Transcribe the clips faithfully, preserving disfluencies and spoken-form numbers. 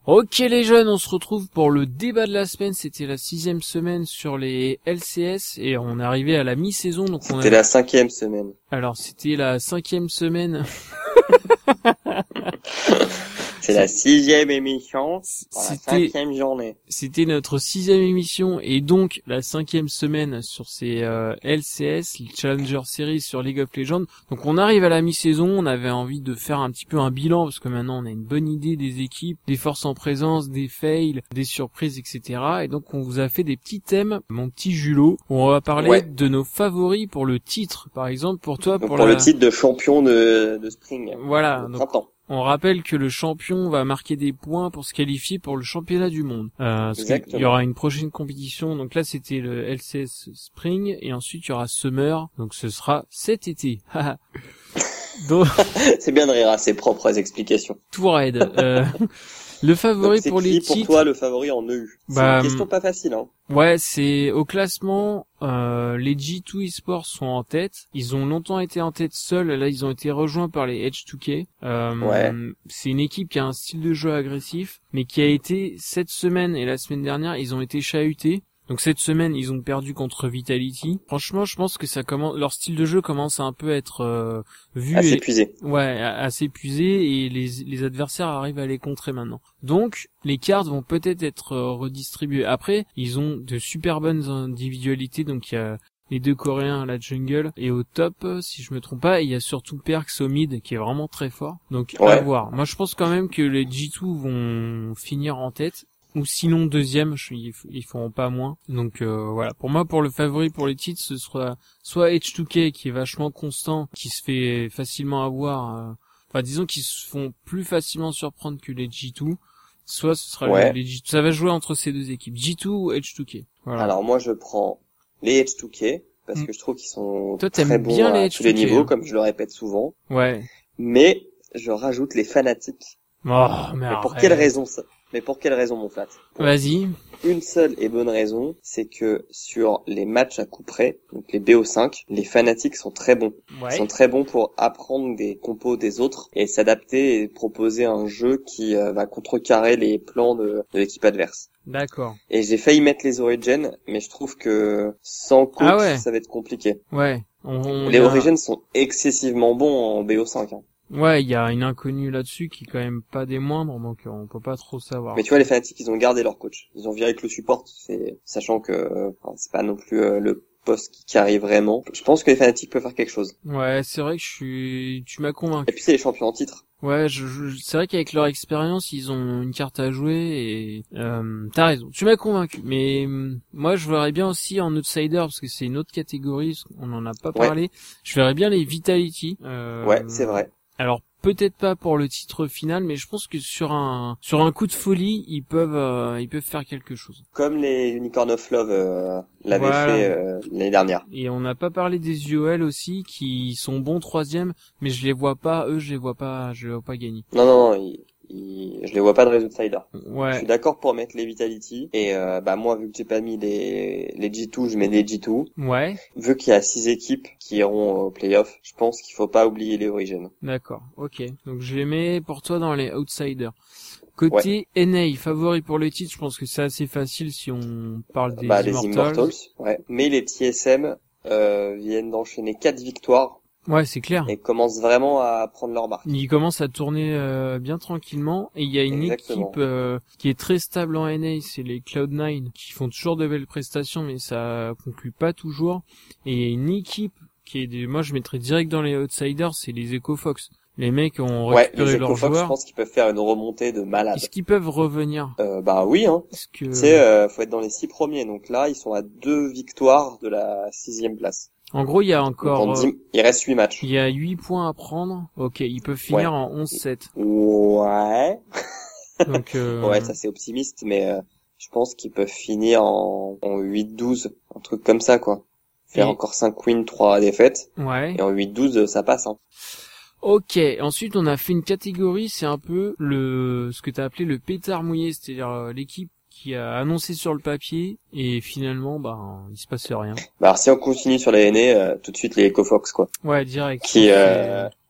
Ok les jeunes, on se retrouve pour le débat de la semaine. C'était la sixième semaine sur les L C S et on est arrivé à la mi-saison. Donc on C'était a... la cinquième semaine. Alors c'était la cinquième semaine. C'est la sixième émission, pour la C'était, cinquième journée. c'était notre sixième émission et donc la cinquième semaine sur ces euh, L C S, les Challenger Series sur League of Legends. Donc on arrive à la mi-saison, on avait envie de faire un petit peu un bilan parce que maintenant on a une bonne idée des équipes, des forces en présence, des fails, des surprises, et cetera. Et donc on vous a fait des petits thèmes, mon petit Julot, où on va parler Ouais. de nos favoris pour le titre, par exemple pour toi. Donc Pour, pour la... le titre de champion de, de Spring. Voilà, De donc printemps. on rappelle que le champion va marquer des points pour se qualifier pour le championnat du monde. Euh, parce qu'il y aura une prochaine compétition. Donc là, c'était le L C S Spring et ensuite il y aura Summer. Donc ce sera cet été. Donc C'est bien de rire à ses propres explications. tout raid. Euh, le favori Donc, pour c'est les qui pour titres. toi le favori en E U? C'est Bah, une question pas facile, hein. Ouais, c'est au classement, euh, les G deux eSports sont en tête. Ils ont longtemps été en tête seuls. Là, ils ont été rejoints par les H deux K. Euh, Ouais. C'est une équipe qui a un style de jeu agressif, mais qui a été cette semaine et la semaine dernière, ils ont été chahutés. Donc cette semaine, ils ont perdu contre Vitality. Franchement, je pense que ça commence, leur style de jeu commence à un peu être euh, vu Assez et épuisé. ouais, assez épuisé et les les adversaires arrivent à les contrer maintenant. Donc les cartes vont peut-être être euh, redistribuées. Après, ils ont de super bonnes individualités. Donc il y a les deux Coréens à la jungle et au top, si je me trompe pas, il y a surtout Perks au mid qui est vraiment très fort. Donc Ouais. à voir. Moi, je pense quand même que les G deux vont finir en tête. Ou sinon deuxième, je, ils, ils feront pas moins. Donc euh, voilà, pour moi, pour le favori pour les titres, ce sera soit H deux K qui est vachement constant, qui se fait facilement avoir, euh, enfin disons qu'ils se font plus facilement surprendre que les G deux, soit ce sera Ouais. les, les G deux. Ça va jouer entre ces deux équipes, G deux ou H deux K. Voilà. Alors moi je prends les H deux K parce Mm. que je trouve qu'ils sont Toi, t'aimes très bons bien à les tous les H deux K, niveaux, hein. comme je le répète souvent. Ouais. Mais je rajoute les fanatiques. Oh, mais, Mais pour arrête. quelle raison ça Mais pour quelle raison mon flat? Vas-y. Une seule et bonne raison, c'est que sur les matchs à coup près, donc les B O cinq, les fanatiques sont très bons. Ouais. Ils sont très bons pour apprendre des compos des autres et s'adapter et proposer un jeu qui euh, va contrecarrer les plans de, de l'équipe adverse. D'accord. Et j'ai failli mettre les Origins, mais je trouve que sans coach, Ah ouais. ça va être compliqué. Ouais. On, on Les a- Origins sont excessivement bons en B O cinq. Hein. Ouais, il y a une inconnue là-dessus qui est quand même pas des moindres, donc euh, on peut pas trop savoir. Mais tu vois, les fanatiques, ils ont gardé leur coach. Ils ont viré que le support, c'est sachant que euh, enfin, c'est pas non plus euh, le poste qui, qui arrive vraiment. Je pense que les fanatiques peuvent faire quelque chose. Ouais, c'est vrai que je suis, tu m'as Et convaincu. puis c'est les champions en titre. Ouais, je, je- c'est vrai qu'avec leur expérience, ils ont une carte à jouer et euh, t'as raison. Tu m'as convaincu. Mais hum, moi, je verrais bien aussi en outsider parce que c'est une autre catégorie. On en a pas Ouais. parlé. Je verrais bien les Vitality. Euh, Ouais, c'est vrai. Alors peut-être pas pour le titre final, mais je pense que sur un sur un coup de folie, ils peuvent euh, ils peuvent faire quelque chose. Comme les Unicorn of Love euh, l'avaient Voilà. fait euh, l'année dernière. Et on n'a pas parlé des U O L aussi, qui sont bons troisième, mais je les vois pas, eux, je les vois pas, je les vois pas gagner. Non, non, non, ils, ils- je les vois pas de outsider. Je Ouais, suis d'accord pour mettre les Vitality. Et euh, bah moi, vu que j'ai pas mis les, les G deux, je mets les G deux. ouais, Vu qu'il y a six équipes qui iront au playoff, je pense qu'il faut pas oublier les Origins. d'accord, ok. Donc je les mets pour toi dans les outsiders. Côté N A, favori pour le titre, je pense que c'est assez facile si on parle des Bah les Immortals. Immortals, ouais. Mais les T S M euh, viennent d'enchaîner quatre victoires Ouais, c'est clair. et commencent vraiment à prendre leur marque. Ils commencent à tourner euh, bien tranquillement et il y a une Exactement. équipe euh, qui est très stable en N A, c'est les Cloud nine qui font toujours de belles prestations mais ça conclut pas toujours. Et il y a une équipe qui est des... moi je mettrais direct dans les outsiders, c'est les Echo Fox. Les mecs ont Ouais, récupéré les leurs Echo Fox, je joueurs. pense qu'ils peuvent faire une remontée de malade. Est-ce qu'ils peuvent revenir? Euh, bah oui, hein. Est-ce que Tu sais, euh, faut être dans les six premiers. Donc là, ils sont à deux victoires de la sixième place. en gros il y a Donc encore en euh, dix, il reste huit matchs. il y a huit points à prendre. OK, ils peuvent finir en onze sept. Ouais. Donc euh... Ouais, ça c'est optimiste, mais euh, je pense qu'ils peuvent finir en, en huit douze, un truc comme ça, quoi. Faire Et- encore cinq wins, trois défaites. ouais. Et en huit douze, ça passe, hein. Ok, ensuite on a fait une catégorie, c'est un peu le ce que tu as appelé le pétard mouillé, c'est-à-dire euh, l'équipe qui a annoncé sur le papier et finalement bah il se passe rien. Bah alors si on continue sur les N A, euh, tout de suite les Echo Fox, quoi. Ouais, direct. Qui, euh,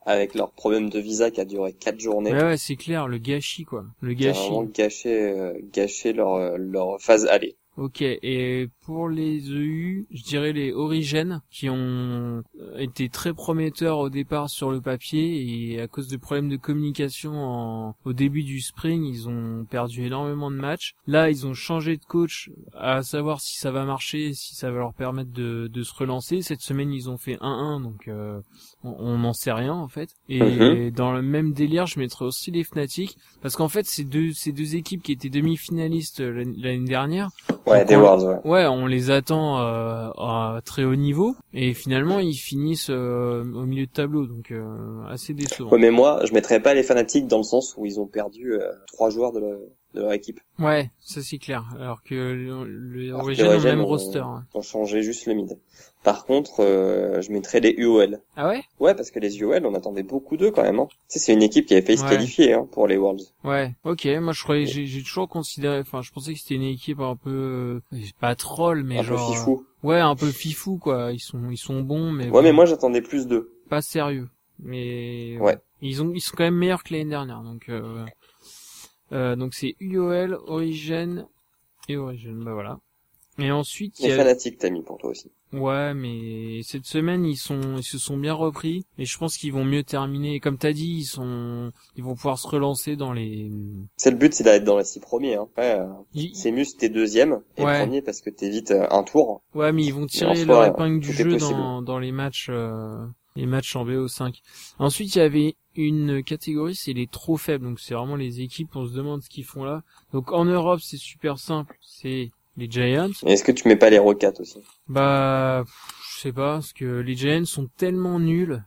avec leur problème de visa qui a duré quatre journées. Ouais, ouais, c'est clair, le gâchis, quoi. Le Qui a gâchis. vraiment gâché, euh, gâché leur, leur phase aller. Ok, et pour les E U, je dirais les Origènes, qui ont été très prometteurs au départ sur le papier, et à cause de problèmes de communication en, au début du spring, ils ont perdu énormément de matchs. Là, ils ont changé de coach, à savoir si ça va marcher, si ça va leur permettre de, de se relancer. Cette semaine, ils ont fait un un, donc euh, on n'en sait rien en fait. Et Mm-hmm. dans le même délire, je mettrais aussi les Fnatic, parce qu'en fait, ces deux, ces deux équipes qui étaient demi-finalistes l'année dernière, Ouais, donc des on, Worlds, ouais. Ouais, on les attend euh, à très haut niveau et finalement ils finissent euh, au milieu de tableau, donc euh, assez décevant. Ouais, mais moi, je mettrais pas les Fanatics dans le sens où ils ont perdu euh, trois joueurs de, le, de leur équipe. Ouais, ça c'est clair. Alors que les Alors que Origins les ont le Origins même ont, roster. Hein. ont changé juste le mid. Par contre, euh, je mettrais les U O L. Ah ouais? Ouais, parce que les U O L, on attendait beaucoup d'eux quand même. Hein. Tu sais, c'est une équipe qui avait failli Ouais. se qualifier hein, pour les Worlds. Ouais, ok. Moi je croyais, j'ai, j'ai toujours considéré, enfin je pensais que c'était une équipe un peu, euh, pas troll, mais Un genre, peu fifou. euh, ouais, un peu fifou quoi. Ils sont, ils sont bons, mais Ouais, bon, mais moi j'attendais plus d'eux. pas sérieux. Mais Ouais. ils ont, ils sont quand même meilleurs que l'année dernière, donc. Euh, euh, donc c'est U O L, Origin et Origin, bah voilà. Et ensuite, il Les y a... Fanatics, t'as mis pour toi aussi. Ouais, mais cette semaine, ils sont, ils se sont bien repris, et je pense qu'ils vont mieux terminer. Et comme t'as dit, ils sont, ils vont pouvoir se relancer dans les... C'est le but, c'est d'être dans les six premiers. Hein. Ouais, euh, Ils- c'est mieux si t'es deuxième et Ouais. premier parce que t'évites euh, un tour. Ouais, mais ils vont Mais en tirer soi, leur épingle du tout est jeu possible. dans, dans les matchs, euh, les matchs en B O cinq. Ensuite, il y avait une catégorie, c'est les trop faibles. Donc c'est vraiment les équipes, on se demande ce qu'ils font là. Donc en Europe, c'est super simple, c'est les Giants. Et est-ce que tu mets pas les Rockats aussi? Bah, pff, je sais pas, parce que les Giants sont tellement nuls.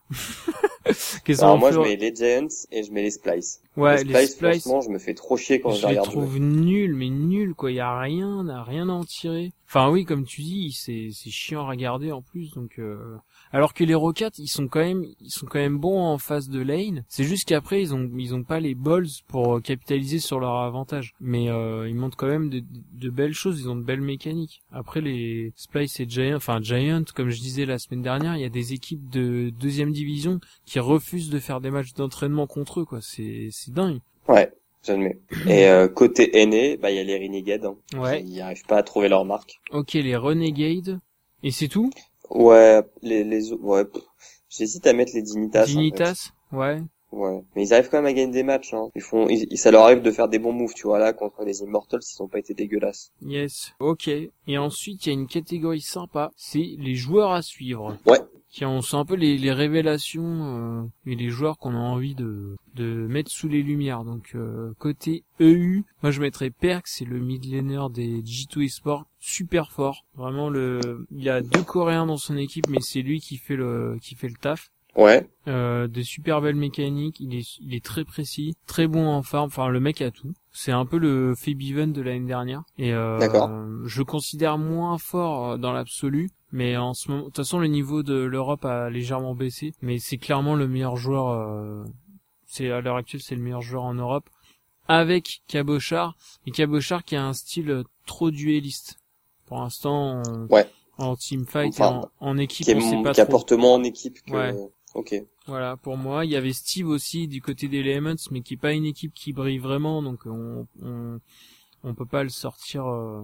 qu'ils Alors ont moi fait- je mets les Giants et je mets les Splice. Ouais, les les Splice, Splice, franchement, je me fais trop chier quand je, je les les regarde jouer. trouve nuls, mais nuls, quoi. Il y a rien, à rien à en tirer. Enfin, oui, comme tu dis, c'est, c'est chiant à regarder, en plus, donc, euh... alors que les Rockets, ils sont quand même, ils sont quand même bons en phase de lane. C'est juste qu'après, ils ont, ils ont pas les balls pour capitaliser sur leur avantage. Mais, euh, ils montrent quand même de, de belles choses, ils ont de belles mécaniques. Après, les Splice et Giant, enfin, Giant, comme je disais la semaine dernière, il y a des équipes de deuxième division qui refusent de faire des matchs d'entraînement contre eux, quoi. C'est, c'est dingue. Ouais, j'admets. Et euh, côté aîné, bah il y a les Renegades hein, Ouais. qui n'arrivent pas à trouver leur marque. Ok, les Renegades. Et c'est tout? Ouais, les les autres- ouais. pff, J'hésite à mettre les Dignitas. Dignitas? Ouais. En fait. Ouais, mais ils arrivent quand même à gagner des matchs. Hein. Ils font, ils, ça leur arrive de faire des bons moves, tu vois là contre les Immortals, ils ont pas été dégueulasses. Yes. Ok. Et ensuite, il y a une catégorie sympa. C'est les joueurs à suivre. Ouais. Qui ont, c'est un peu les, les révélations euh, et les joueurs qu'on a envie de, de mettre sous les lumières. Donc euh, côté E U, moi je mettrais Perk, c'est le mid laner des G deux Esports, super fort. Vraiment le, il a deux Coréens dans son équipe, mais c'est lui qui fait le, qui fait le taf. Ouais. Euh, des super belles mécaniques, il est, il est très précis, très bon en farm, enfin le mec a tout. C'est un peu le Fabiven de l'année dernière. Et euh, D'accord. je le considère moins fort dans l'absolu, mais en ce moment, de toute façon le niveau de l'Europe a légèrement baissé, mais c'est clairement le meilleur joueur, euh, c'est à l'heure actuelle c'est le meilleur joueur en Europe, avec Cabochard, et Cabochard qui a un style trop duelliste. Pour l'instant, on... Ouais. en teamfight Enfin, et en, en équipe, Qui, est, on sait pas qui trop. apporte moins en équipe que. Ouais. Ok. Voilà, pour moi, il y avait Steve aussi du côté des Elements, mais qui est pas une équipe qui brille vraiment, donc on on, on peut pas le sortir. Euh...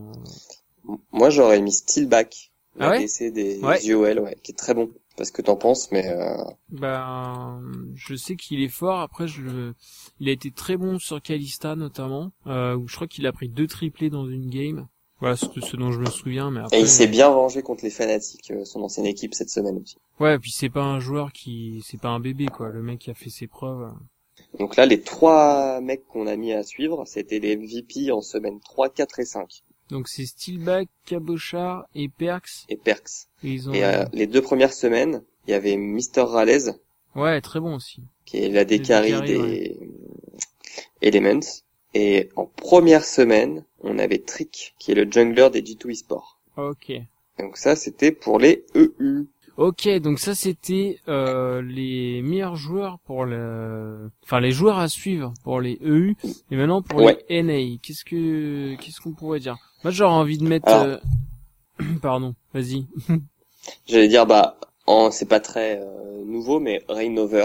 Moi j'aurais mis Steelback, Ah ouais l'A D C des Ouais. U O L, ouais, qui est très bon. Parce que t'en penses, mais euh... Ben, je sais qu'il est fort. Après, je, le- il a été très bon sur Kalista notamment, euh, où je crois qu'il a pris deux triplés dans une game. Voilà, c'est ce dont je me souviens, mais après. et il s'est bien vengé contre les Fanatics, euh, son ancienne équipe cette semaine aussi. Ouais, et puis c'est pas un joueur qui, c'est pas un bébé quoi. Le mec qui a fait ses preuves. Donc là, les trois mecs qu'on a mis à suivre, c'était les M V P en semaine trois, quatre et cinq. Donc c'est Steelback, Cabochard et Perks. Et Perks. Et ils ont. Et euh, les deux premières semaines, il y avait Mister Ralez, Ouais, très bon aussi. qui est l'A D Le carry carry, des ouais. Elements. Et en première semaine, on avait Trick, qui est le jungler des G deux Esports. Ok. Donc ça, c'était pour les E U. Ok, donc ça c'était euh, les meilleurs joueurs pour le, enfin les joueurs à suivre pour les E U. Et maintenant pour Ouais. les N A, qu'est-ce que qu'est-ce qu'on pourrait dire? Moi j'aurais envie de mettre. Alors. euh, Pardon, vas-y. J'allais dire, bah, en, c'est pas très euh, nouveau, mais Rainover.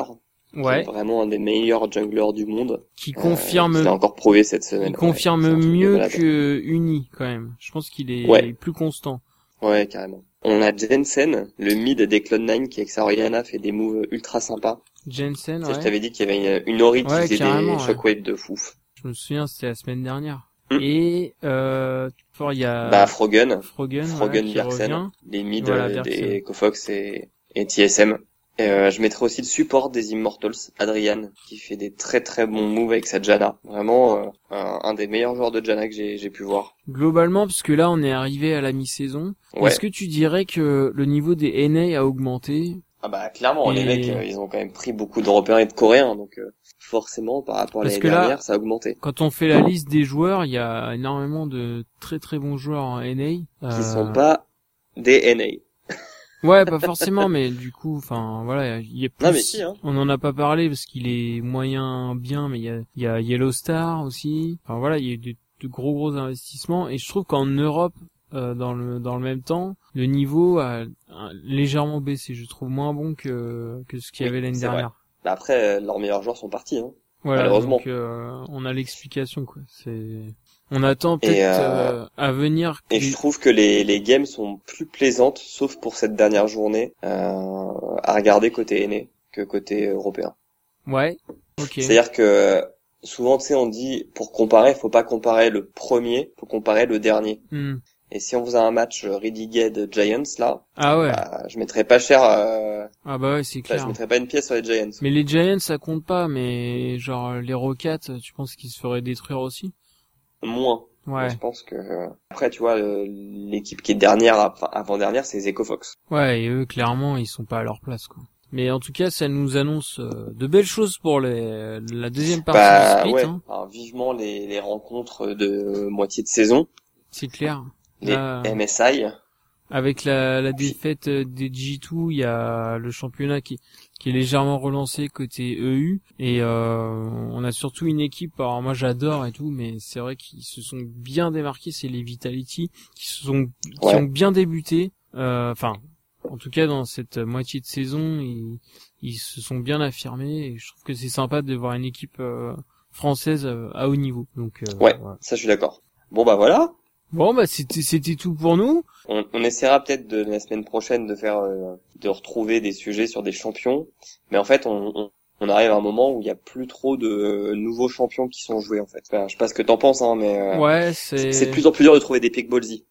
Ouais. Qui est vraiment un des meilleurs junglers du monde. Qui confirme. Euh, il a encore prouvé cette semaine. Il confirme ouais, mieux que Uni, quand même. Je pense qu'il est ouais. plus constant. Ouais, carrément. On a Jensen, le mid des Cloud nine, qui avec sa Orianna fait des moves ultra sympas. Jensen, ouais. Je t'avais dit qu'il y avait une, une Ori qui ouais, faisait des ouais. shockwaves de fou. Je me souviens, c'était la semaine dernière. Mm. Et euh, il y a bah Froggen, Froggen, Froggen ouais, Bjergsen, les mids voilà, euh, des Ecofox et, et T S M. Et euh, je mettrai aussi le support des Immortals, Adrian, qui fait des très très bons moves avec sa Janna. Vraiment euh, un, un des meilleurs joueurs de Janna que j'ai, j'ai pu voir. Globalement, parce que là on est arrivé à la mi-saison, ouais. Est-ce que tu dirais que le niveau des N A a augmenté? Ah bah clairement, et... les mecs, euh, ils ont quand même pris beaucoup d'Européens et de Coréens, donc euh, forcément par rapport à l'année dernière, ça a augmenté. Quand on fait la liste des joueurs, il y a énormément de très très bons joueurs en N A. Qui euh... sont pas des N A. Ouais, pas forcément, mais du coup, enfin, voilà, il y a plus. Non, mais si, hein. On en a pas parlé parce qu'il est moyen bien, mais il y a, il y a Yellow Star aussi. Enfin voilà, il y a eu de, de gros gros investissements et je trouve qu'en Europe, euh, dans le dans le même temps, le niveau a, a légèrement baissé. Je trouve moins bon que que ce qu'il y oui, avait l'année dernière. Bah après, leurs meilleurs joueurs sont partis, hein. Voilà, malheureusement. Donc, euh, on a l'explication quoi. C'est On attend peut-être euh, euh, à venir. Et je trouve que les, les games sont plus plaisantes, sauf pour cette dernière journée, euh, à regarder côté N A que côté européen. Ouais, ok. C'est-à-dire que souvent, tu sais, on dit, pour comparer, faut pas comparer le premier, faut comparer le dernier. Mm. Et si on faisait un match Renegade Giants, là, ah ouais. bah, je mettrais pas cher... Euh... Ah bah ouais, c'est clair. Enfin, je mettrais pas une pièce sur les Giants. Mais les Giants, ça compte pas, mais genre les Rockets, tu penses qu'ils se feraient détruire aussi? Moins. Ouais. Je pense que après, tu vois, l'équipe qui est dernière, enfin avant-dernière, c'est les Ecofox. Ouais, et eux, clairement, ils sont pas à leur place, quoi. Mais en tout cas, ça nous annonce de belles choses pour les, la deuxième partie bah, du split. Ouais. Hein. Alors, vivement les, les rencontres de moitié de saison. C'est clair. Les Là, M S I. Avec la, la défaite des G deux, il y a le championnat qui, qui est légèrement relancé côté E U. Et euh, on a surtout une équipe, alors moi j'adore et tout, mais c'est vrai qu'ils se sont bien démarqués, c'est les Vitality, qui se sont qui ouais. ont bien débuté. Enfin, euh, en tout cas dans cette moitié de saison, ils, ils se sont bien affirmés. Et je trouve que c'est sympa de voir une équipe euh, française à haut niveau. Donc euh, ouais, voilà. Ça je suis d'accord. Bon bah voilà. Bon bah c'était c'était tout pour nous. On, on essaiera peut-être de la semaine prochaine de faire euh, de retrouver des sujets sur des champions, mais en fait on, on, on arrive à un moment où il y a plus trop de nouveaux champions qui sont joués en fait. Enfin, je sais pas ce que t'en penses hein, mais euh, ouais c'est c'est de plus en plus dur de trouver des pick ballsy.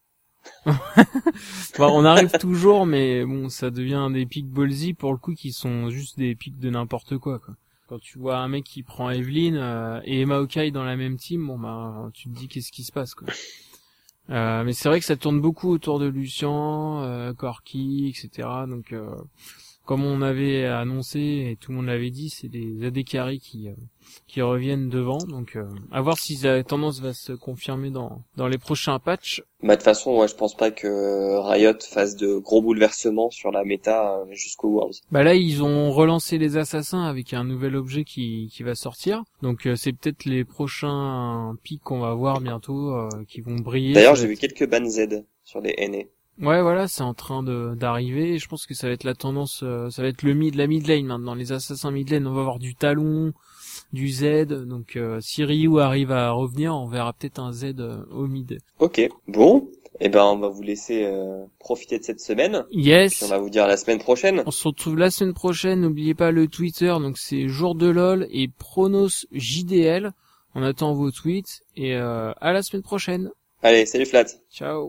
Bah, on arrive toujours, mais bon ça devient des pick ballsy pour le coup qui sont juste des picks de n'importe quoi quoi. Quand tu vois un mec qui prend Evelyn euh, et Emma Okai dans la même team, bon bah tu te dis qu'est-ce qui se passe quoi. Euh, mais c'est vrai que ça tourne beaucoup autour de Lucian, euh, Corki, et cetera. Donc, euh, comme on avait annoncé et tout le monde l'avait dit, c'est des A D carry qui euh, qui reviennent devant. Donc, euh, à voir si la tendance va se confirmer dans dans les prochains patchs. Bah de toute façon, ouais, je pense pas que Riot fasse de gros bouleversements sur la méta euh, jusqu'au Worlds. Bah là, ils ont relancé les assassins avec un nouvel objet qui qui va sortir. Donc, euh, c'est peut-être les prochains pics qu'on va voir bientôt euh, qui vont briller. D'ailleurs, j'ai vu quelques bans Z sur les N A. Ouais, voilà, c'est en train de d'arriver. Je pense que ça va être la tendance, euh, ça va être le mid, la mid lane maintenant. Les assassins mid lane, on va avoir du talon, du Z. Donc euh, si Ryu arrive à revenir, on verra peut-être un Z euh, au mid. Ok, bon, et eh ben on va vous laisser euh, profiter de cette semaine. Yes. Puis on va vous dire à la semaine prochaine. On se retrouve la semaine prochaine. N'oubliez pas le Twitter, donc c'est Jour de LOL et Pronos J D L. On attend vos tweets et euh, à la semaine prochaine. Allez, salut Flat. Ciao.